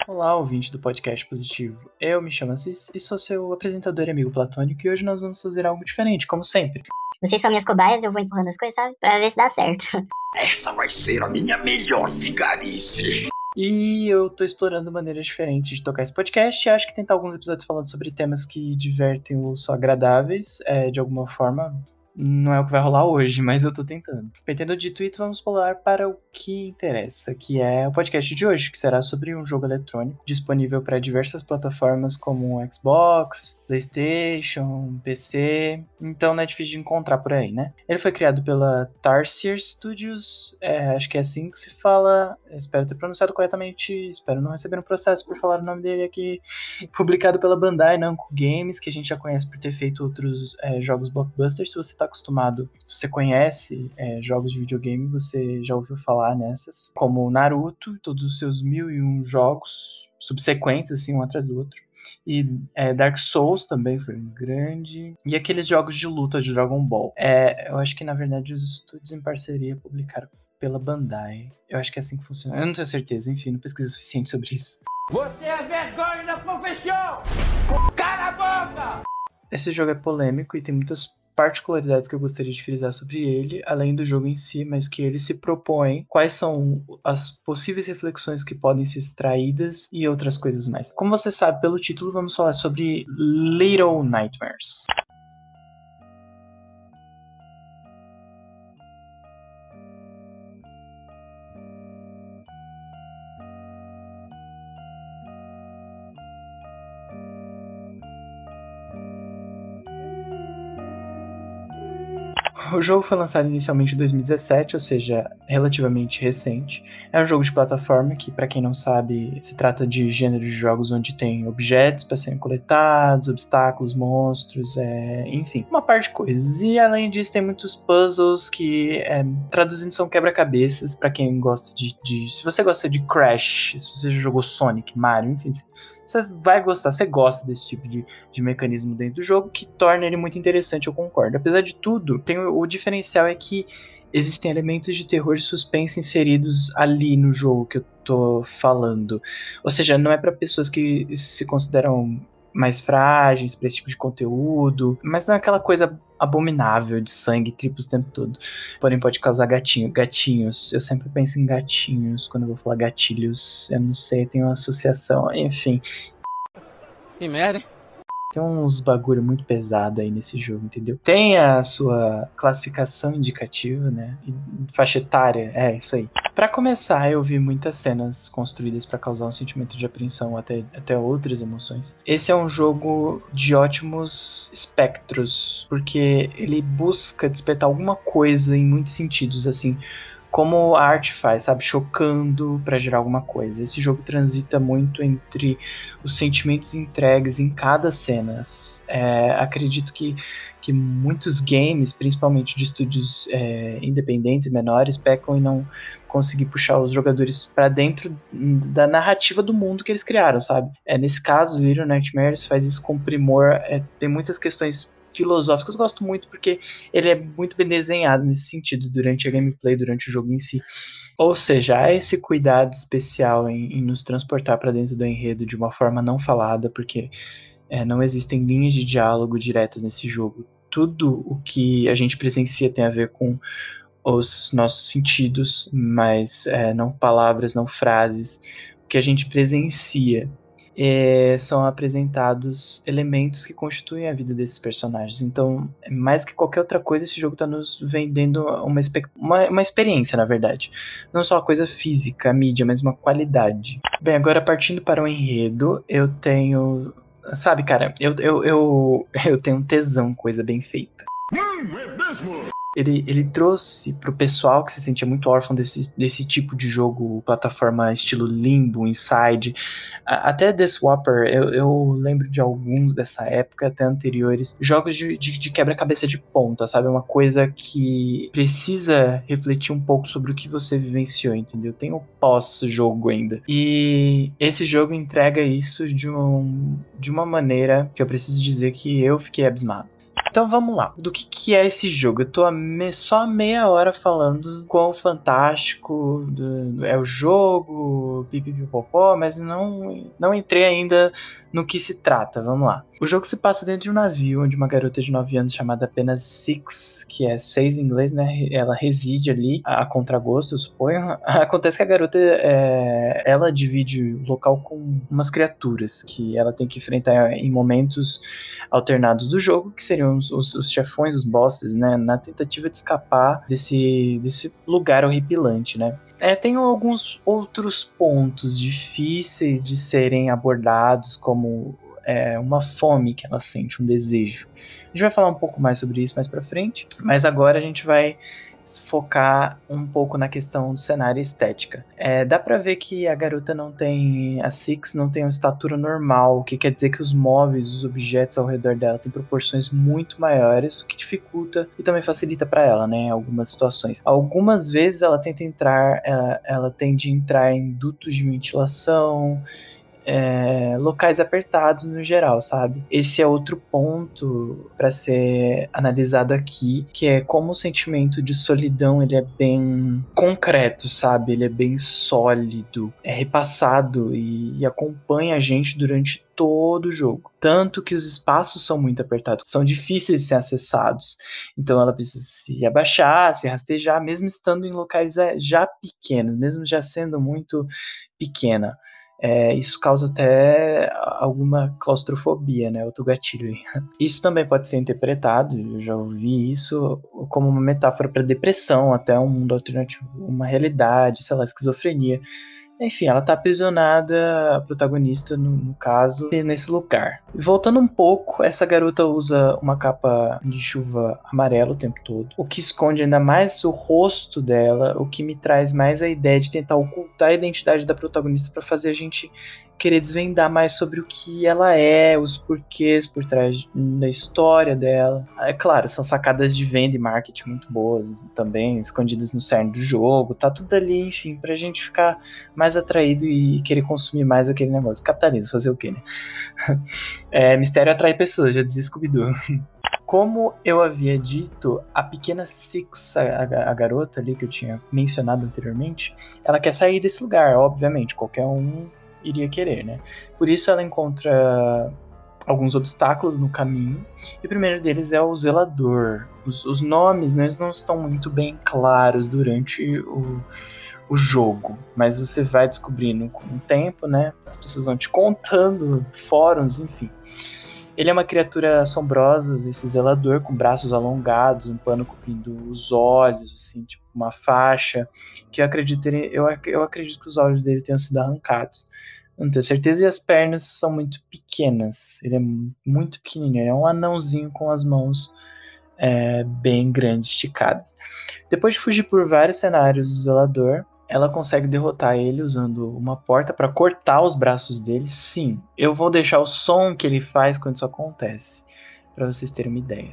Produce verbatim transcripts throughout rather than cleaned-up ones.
Olá, ouvinte do podcast Positivo. Eu me chamo Assis e sou seu apresentador e amigo platônico e hoje nós vamos fazer algo diferente, como sempre. Vocês são minhas cobaias, eu vou empurrando as coisas, sabe? Pra ver se dá certo. Essa vai ser a minha melhor vigarice. E eu tô explorando maneiras diferentes de tocar esse podcast e acho que tentar alguns episódios falando sobre temas que divertem ou são agradáveis, é, de alguma forma. Não é o que vai rolar hoje, mas eu tô tentando. Bem, tendo dito isso, vamos pular para o que interessa, que é o podcast de hoje, que será sobre um jogo eletrônico disponível para diversas plataformas como Xbox, PlayStation, P C, então não é difícil de encontrar por aí, né? Ele foi criado pela Tarsier Studios, é, acho que é assim que se fala, espero ter pronunciado corretamente, espero não receber um processo por falar o nome dele aqui. Publicado pela Bandai Namco Games, que a gente já conhece por ter feito outros é, jogos blockbusters. Se você está acostumado, se você conhece é, jogos de videogame, você já ouviu falar nessas, como Naruto, todos os seus mil e um jogos subsequentes, assim, um atrás do outro. E é, Dark Souls também foi um grande. E aqueles jogos de luta de Dragon Ball. É, eu acho que, na verdade, os estúdios em parceria publicaram pela Bandai. Eu acho que é assim que funciona. Eu não tenho certeza, enfim, não pesquisei o suficiente sobre isso. Você é vergonha da profissão! Cala a boca! Esse jogo é polêmico e tem muitas particularidades que eu gostaria de frisar sobre ele, além do jogo em si, mas que ele se propõe, quais são as possíveis reflexões que podem ser extraídas e outras coisas mais. Como você sabe pelo título, vamos falar sobre Little Nightmares. O jogo foi lançado inicialmente em dois mil e dezessete, ou seja, relativamente recente. É um jogo de plataforma que, para quem não sabe, se trata de gênero de jogos onde tem objetos para serem coletados, obstáculos, monstros, é... enfim, uma parte de coisas. E além disso tem muitos puzzles que, é, traduzindo, são quebra-cabeças para quem gosta de, de... Se você gosta de Crash, se você já jogou Sonic, Mario, enfim... Você vai gostar, você gosta desse tipo de, de mecanismo dentro do jogo, que torna ele muito interessante, eu concordo. Apesar de tudo, tem o, o diferencial é que existem elementos de terror e suspense inseridos ali no jogo que eu tô falando. Ou seja, não é para pessoas que se consideram mais frágeis para esse tipo de conteúdo, mas não é aquela coisa abominável de sangue, triplos o tempo todo. Porém pode causar gatinho, gatinhos. Eu sempre penso em gatinhos quando eu vou falar gatilhos. Eu não sei, tem uma associação, enfim. Que merda, hein? Tem uns bagulho muito pesado aí nesse jogo, entendeu? Tem a sua classificação indicativa, né? Faixa etária, é isso aí. Pra começar, eu vi muitas cenas construídas pra causar um sentimento de apreensão, até, até outras emoções. Esse é um jogo de ótimos espectros, porque ele busca despertar alguma coisa em muitos sentidos, assim, como a arte faz, sabe? Chocando pra gerar alguma coisa. Esse jogo transita muito entre os sentimentos entregues em cada cena. É, acredito que, que muitos games, principalmente de estúdios é, independentes e menores, pecam em não conseguir puxar os jogadores pra dentro da narrativa do mundo que eles criaram, sabe? É, nesse caso, Little Nightmares faz isso com primor. É, tem muitas questões filosóficas, eu gosto muito porque ele é muito bem desenhado nesse sentido durante a gameplay, durante o jogo em si. Ou seja, há esse cuidado especial em, em nos transportar para dentro do enredo de uma forma não falada, porque é, não existem linhas de diálogo diretas nesse jogo. Tudo o que a gente presencia tem a ver com os nossos sentidos, mas é, não palavras, não frases. O que a gente presencia É, são apresentados elementos que constituem a vida desses personagens. Então, mais que qualquer outra coisa, esse jogo está nos vendendo uma, uma, uma experiência, na verdade. Não só uma coisa física, a mídia, mas uma qualidade. Bem, agora partindo para o enredo, eu tenho... Sabe, cara, eu, eu, eu, eu tenho um tesão, coisa bem feita. Hum, é mesmo? Ele, ele trouxe pro pessoal que se sentia muito órfão desse, desse tipo de jogo, plataforma estilo Limbo, Inside, a, até The Swapper, eu, eu lembro de alguns dessa época, até anteriores, jogos de, de, de quebra-cabeça de ponta, sabe? Uma coisa que precisa refletir um pouco sobre o que você vivenciou, entendeu? Tem o pós-jogo ainda. E esse jogo entrega isso de, um, de uma maneira que eu preciso dizer que eu fiquei abismado. Então vamos lá. Do que, que é esse jogo? Eu tô a me, só meia hora falando quão fantástico do, é o jogo, pipipipopó, mas não, não entrei ainda no que se trata. Vamos lá. O jogo se passa dentro de um navio onde uma garota de nove anos chamada apenas Six, que é seis em inglês, né? Ela reside ali a, a contragosto, eu suponho. Acontece que a garota, é, ela divide o local com umas criaturas que ela tem que enfrentar em momentos alternados do jogo, que seriam os, os, os chefões, os bosses, né? Na tentativa de escapar desse, desse lugar horripilante, né? É, tem alguns outros pontos difíceis de serem abordados, como é, uma fome que ela sente, um desejo. A gente vai falar um pouco mais sobre isso mais pra frente, mas agora a gente vai focar um pouco na questão do cenário e estética. É, dá pra ver que a garota não tem, a Six não tem uma estatura normal, o que quer dizer que os móveis, os objetos ao redor dela têm proporções muito maiores, o que dificulta e também facilita pra ela, né, em algumas situações. Algumas vezes ela tenta entrar, ela, ela tende a entrar em dutos de ventilação, É, locais apertados no geral, sabe? Esse é outro ponto para ser analisado aqui, que é como o sentimento de solidão ele é bem concreto, sabe? Ele é bem sólido, é repassado e, e acompanha a gente durante todo o jogo. Tanto que os espaços são muito apertados, são difíceis de ser acessados. Então ela precisa se abaixar, se rastejar, mesmo estando em locais já pequenos, mesmo já sendo muito pequena. É, isso causa até alguma claustrofobia, né? Outro gatilho aí. Isso também pode ser interpretado, eu já ouvi isso, como uma metáfora para depressão, até um mundo alternativo, uma realidade, sei lá, esquizofrenia. Enfim, ela tá aprisionada, a protagonista, no, no caso, nesse lugar. Voltando um pouco, essa garota usa uma capa de chuva amarela o tempo todo, o que esconde ainda mais o rosto dela, o que me traz mais a ideia de tentar ocultar a identidade da protagonista para fazer a gente querer desvendar mais sobre o que ela é, os porquês por trás da história dela. É claro, são sacadas de venda e marketing muito boas também, escondidas no cerne do jogo, tá tudo ali, enfim, pra gente ficar mais atraído e querer consumir mais aquele negócio. Capitalismo, fazer o quê, né? É, mistério atrai pessoas, já dizia Scooby-Doo. Como eu havia dito, a pequena Six, a, a, a garota ali que eu tinha mencionado anteriormente, ela quer sair desse lugar, obviamente, qualquer um iria querer, né? Por isso ela encontra alguns obstáculos no caminho, e o primeiro deles é o zelador. Os, os nomes, né, eles não estão muito bem claros durante o, o jogo, mas você vai descobrindo com o tempo, né? As pessoas vão te contando, fóruns, enfim. Ele é uma criatura assombrosa, esse zelador, com braços alongados, um pano cobrindo os olhos, assim, tipo uma faixa, que eu acredito, ele, eu, eu acredito que os olhos dele tenham sido arrancados. Não tenho certeza, e as pernas são muito pequenas. Ele é muito pequenininho, ele é um anãozinho com as mãos é, bem grandes, esticadas. Depois de fugir por vários cenários do zelador, ela consegue derrotar ele usando uma porta para cortar os braços dele. Sim, eu vou deixar o som que ele faz quando isso acontece, para vocês terem uma ideia.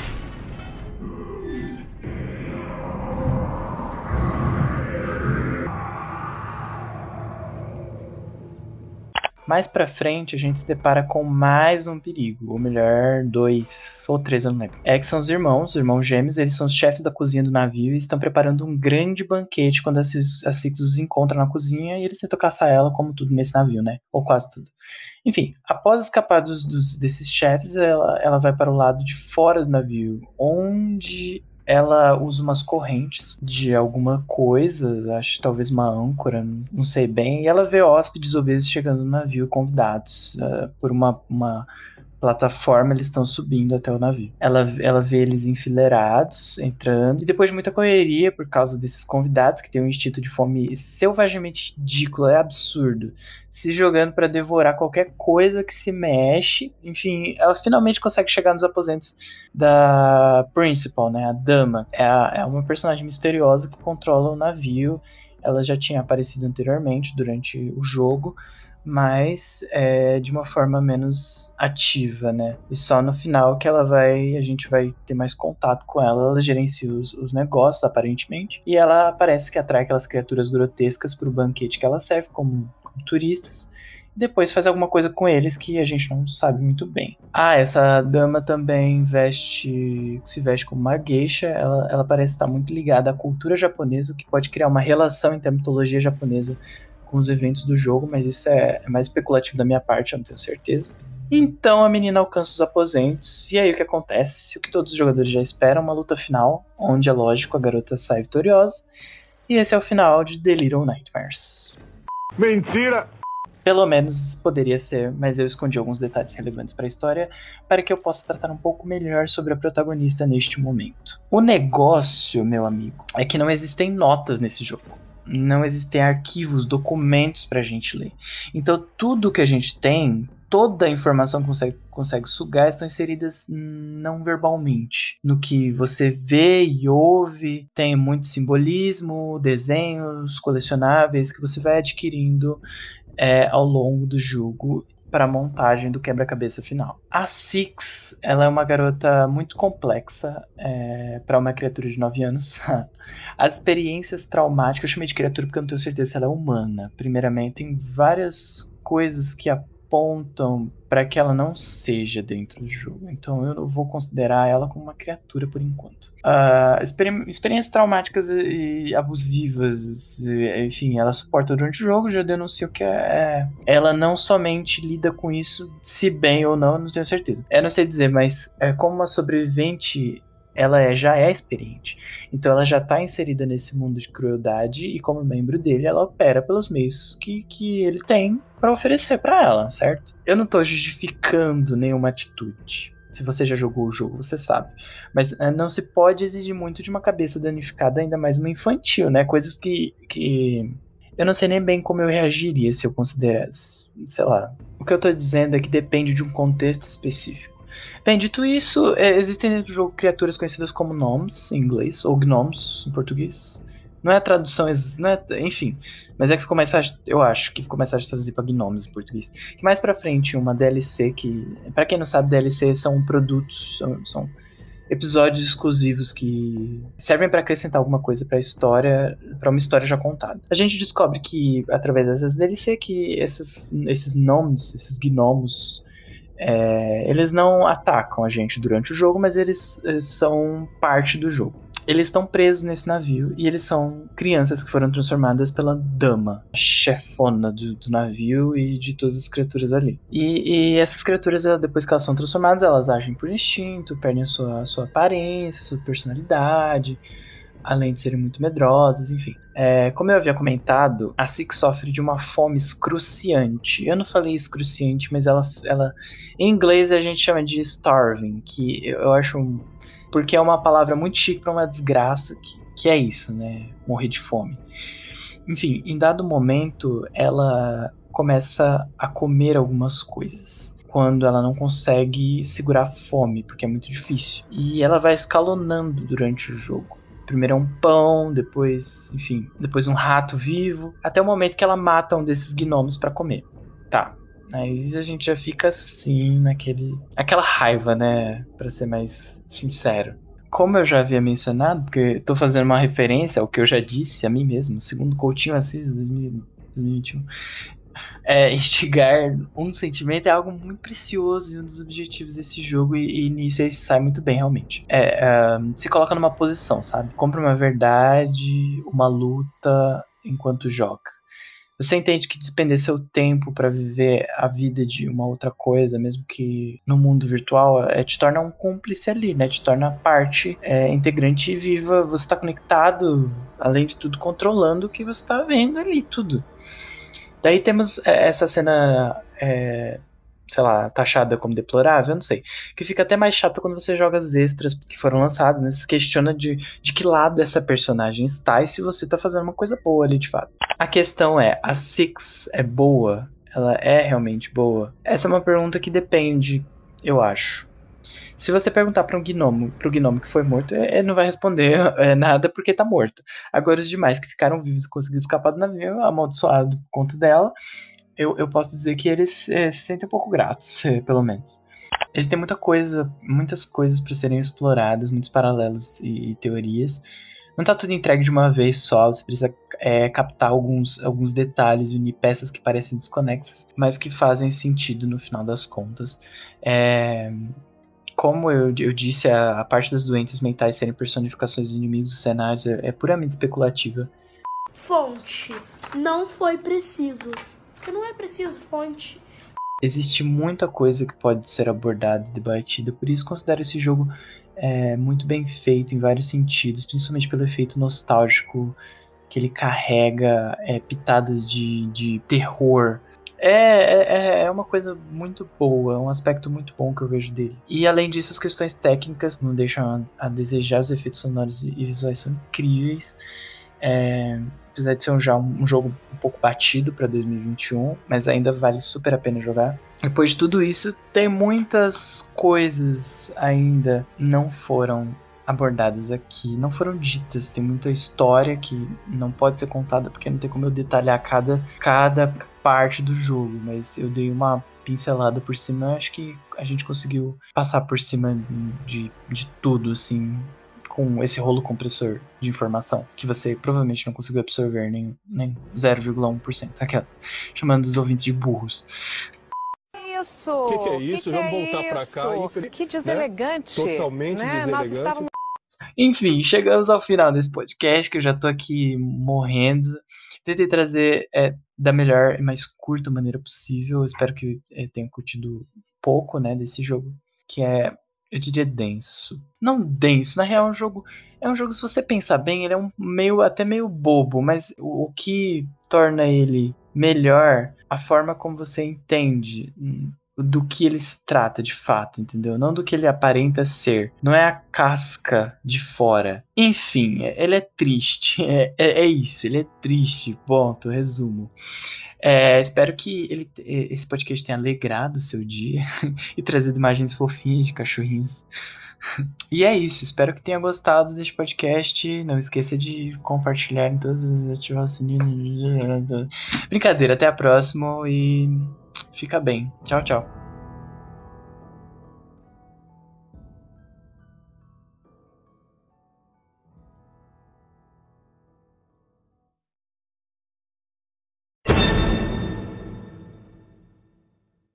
Mais pra frente, a gente se depara com mais um perigo, ou melhor, dois ou três, eu não lembro. É que são os irmãos, os irmãos gêmeos, eles são os chefes da cozinha do navio e estão preparando um grande banquete quando a Six os encontra na cozinha e eles tentam caçar ela, como tudo nesse navio, né? Ou quase tudo. Enfim, após escapar dos, dos, desses chefes, ela, ela vai para o lado de fora do navio, onde ela usa umas correntes de alguma coisa, acho talvez uma âncora, não sei bem, e ela vê hóspedes obesos chegando no navio, convidados uh, por uma, uma plataforma, eles estão subindo até o navio. Ela, ela vê eles enfileirados, entrando, e depois de muita correria por causa desses convidados, que tem um instinto de fome selvagemente ridículo, é absurdo, se jogando para devorar qualquer coisa que se mexe, enfim, ela finalmente consegue chegar nos aposentos da Principal, né, a dama. É, a, é uma personagem misteriosa que controla o navio. Ela já tinha aparecido anteriormente durante o jogo, mas é, de uma forma menos ativa, né? E só no final que ela vai, a gente vai ter mais contato com ela. Ela gerencia os, os negócios, aparentemente, e ela parece que atrai aquelas criaturas grotescas para o banquete que ela serve como, como turistas. depois faz alguma coisa com eles que a gente não sabe muito bem. Ah, essa dama também veste, se veste como uma geisha, ela, ela parece estar muito ligada à cultura japonesa, o que pode criar uma relação entre a mitologia japonesa com os eventos do jogo, mas isso é, é mais especulativo da minha parte, eu não tenho certeza. Então a menina alcança os aposentos, e aí o que acontece? O que todos os jogadores já esperam, uma luta final, onde é lógico, a garota sai vitoriosa, e esse é o final de The Little Nightmares. Mentira! Pelo menos poderia ser, mas eu escondi alguns detalhes relevantes para a história para que eu possa tratar um pouco melhor sobre a protagonista neste momento. O negócio, meu amigo, é que não existem notas nesse jogo. Não existem arquivos, documentos pra gente ler. Então tudo que a gente tem, toda a informação que consegue, consegue sugar, estão inseridas não verbalmente. No que você vê e ouve, tem muito simbolismo, desenhos, colecionáveis que você vai adquirindo é, ao longo do jogo para a montagem do quebra-cabeça final. A Six, ela é uma garota muito complexa é, para uma criatura de nove anos. As experiências traumáticas, eu chamei de criatura porque eu não tenho certeza se ela é humana. Primeiramente, tem várias coisas que apontam para que ela não seja dentro do jogo. Então eu não vou considerar ela como uma criatura por enquanto. Uh, experi- experiências traumáticas e abusivas, e, enfim, ela suporta durante o jogo. Já denuncio que é, ela não somente lida com isso, se bem ou não, não tenho certeza. Eu não sei dizer, mas é, como uma sobrevivente, ela é, já é experiente. Então ela já está inserida nesse mundo de crueldade e como membro dele, ela opera pelos meios que, que ele tem para oferecer para ela, certo? Eu não estou justificando nenhuma atitude. Se você já jogou o jogo, você sabe. Mas é, não se pode exigir muito de uma cabeça danificada, ainda mais uma infantil, né? Coisas que, que eu não sei nem bem como eu reagiria se eu considerasse, sei lá. O que eu estou dizendo é que depende de um contexto específico. Bem, dito isso, é, existem dentro do jogo criaturas conhecidas como gnomes, em inglês, ou gnomes, em português. Não é a tradução, não é, enfim, mas é que ficou mais fácil, eu acho, que ficou mais fácil de traduzir para gnomes em português. Que mais pra frente, uma D L C que, pra quem não sabe, D L C são produtos, são, são episódios exclusivos que servem para acrescentar alguma coisa para a história, para uma história já contada. A gente descobre que, através dessas D L C, que esses, esses gnomes, esses gnomos, É, eles não atacam a gente durante o jogo, mas eles, eles são parte do jogo. Eles estão presos nesse navio e eles são crianças que foram transformadas pela dama, a chefona do, do navio e de todas as criaturas ali. E, e essas criaturas, depois que elas são transformadas, elas agem por instinto, perdem a sua, a sua aparência, a sua personalidade, além de serem muito medrosas, enfim. É, como eu havia comentado, a Six sofre de uma fome excruciante. Eu não falei excruciante, mas ela, ela em inglês a gente chama de starving, que eu acho um, porque é uma palavra muito chique para uma desgraça, que, que é isso, né? Morrer de fome. Enfim, em dado momento, ela começa a comer algumas coisas quando ela não consegue segurar a fome, porque é muito difícil. E ela vai escalonando durante o jogo. Primeiro é um pão, depois, enfim, depois um rato vivo, até o momento que ela mata um desses gnomos pra comer. Tá, aí a gente já fica assim, naquele, aquela raiva, né, pra ser mais sincero. Como eu já havia mencionado, porque tô fazendo uma referência ao que eu já disse a mim mesmo, segundo Coutinho Assis, dois mil e vinte e um, É, instigar um sentimento é algo muito precioso e um dos objetivos desse jogo, e, e nisso ele sai muito bem, realmente. É, um, se coloca numa posição, sabe? Compra uma verdade, uma luta enquanto joga. Você entende que despender seu tempo para viver a vida de uma outra coisa, mesmo que no mundo virtual, é, te torna um cúmplice ali, né? Te torna parte é, integrante e viva. Você está conectado, além de tudo, controlando o que você está vendo ali, tudo. Daí temos essa cena, é, sei lá, taxada como deplorável, eu não sei. Que fica até mais chato quando você joga as extras que foram lançadas, né? Você questiona de, de que lado essa personagem está e se você está fazendo uma coisa boa ali, de fato. A questão é, a Six é boa? Ela é realmente boa? Essa é uma pergunta que depende, eu acho. Se você perguntar para um gnomo, pro gnomo que foi morto, ele não vai responder é, nada porque tá morto. Agora os demais que ficaram vivos e conseguiram escapar do navio, amaldiçoado por conta dela, eu, eu posso dizer que eles é, se sentem um pouco gratos, é, pelo menos. Eles têm muita coisa, muitas coisas para serem exploradas, muitos paralelos e, e teorias, não tá tudo entregue de uma vez só, você precisa é, captar alguns, alguns detalhes, unir peças que parecem desconexas, mas que fazem sentido no final das contas. É, como eu, eu disse, a, a parte das doenças mentais serem personificações de inimigos dos cenários é, é puramente especulativa. Fonte. Não foi preciso. Porque não é preciso fonte. Existe muita coisa que pode ser abordada e debatida, por isso considero esse jogo é, muito bem feito em vários sentidos, principalmente pelo efeito nostálgico que ele carrega, é, pitadas de, de terror. É, é, é uma coisa muito boa, é um aspecto muito bom que eu vejo dele. E além disso, as questões técnicas não deixam a, a desejar, os efeitos sonoros e visuais são incríveis. É, apesar de ser um, já um, um jogo um pouco batido para dois mil e vinte e um, mas ainda vale super a pena jogar. Depois de tudo isso, tem muitas coisas ainda não foram abordadas aqui, não foram ditas. Tem muita história que não pode ser contada porque não tem como eu detalhar cada, cada parte do jogo, mas eu dei uma pincelada por cima. Acho que a gente conseguiu passar por cima de, de tudo, assim, com esse rolo compressor de informação, que você provavelmente não conseguiu absorver nem, nem zero vírgula um por cento, aquelas, chamando os ouvintes de burros. Isso! O que, que é isso? Que Vamos que é voltar pra cá. isso? Infeliz... Que deselegante. Né? Totalmente né? deselegante. Nós estávamos... Enfim, chegamos ao final desse podcast, que eu já tô aqui morrendo. Tentei trazer é, da melhor e mais curta maneira possível. Eu espero que é, tenha curtido pouco, né, desse jogo, que é, eu diria, denso. Não denso, na real é um jogo, é um jogo, se você pensar bem, ele é um meio, até meio bobo, mas o, o que torna ele melhor, a forma como você entende do que ele se trata de fato, entendeu? Não do que ele aparenta ser. Não é a casca de fora. Enfim, ele é triste. É, é, é isso, ele é triste. Ponto, resumo. É, espero que ele, esse podcast tenha alegrado o seu dia e trazido imagens fofinhas de cachorrinhos. E é isso, espero que tenha gostado deste podcast. Não esqueça de compartilhar em todas as ativações. Brincadeira, até a próxima e fica bem. Tchau, tchau.